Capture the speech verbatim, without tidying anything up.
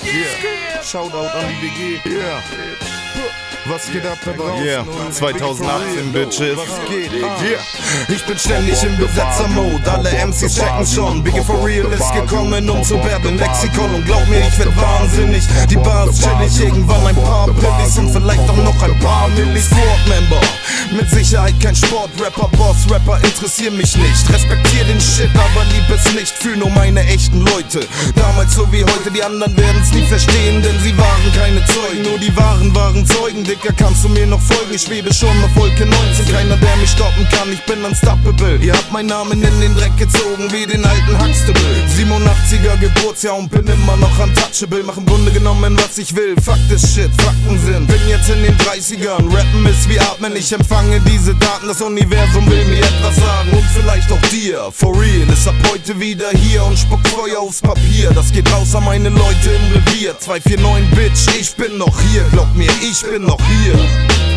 Yeah. Shoutout an die W G. Yeah. Was geht ab da draußen? Yeah, zweitausendachtzehn, Bitches. Was geht? Yeah. Ich bin ständig im Besetzer-Mode, alle M Cs checken schon. Biggie for real ist gekommen, um zu battlen, Lexikon. Und glaub mir, ich werd wahnsinnig. Die Bars chillig, irgendwann ein paar Pillis und vielleicht auch noch ein paar Millis. Squad-Member, mit Sicherheit kein Sportrapper, Boss-Rapper interessieren mich nicht. Respektier den Shit, aber lieb es nicht, fühl nur meine echten Leute. Damals so wie heute, die anderen werden's nie verstehen, denn sie waren keine Zeugen, nur die wahren waren Zeugen. Dicker, kannst du mir noch folgen? Ich schwebe schon auf Wolke neunzehn, keiner der mich stoppen kann, ich bin unstoppable. Ihr habt meinen Namen in den Dreck gezogen, wie den alten Huxtable. siebenundachtziger Geburtsjahr und bin immer noch untouchable. Mach im Grunde genommen, was ich will, Fakt ist Shit, Fakten sind. Bin jetzt in den dreißigern, rappen ist wie atmen, ich empfange diese Daten. Das Universum will mir etwas sagen und vielleicht auch dir. For real, ist ab heute wieder hier und spuckt Feuer aufs Papier. Das geht raus an meine Leute im Revier. zwei vier neun Bitch, ich bin noch hier, glaub mir, ich bin noch hier.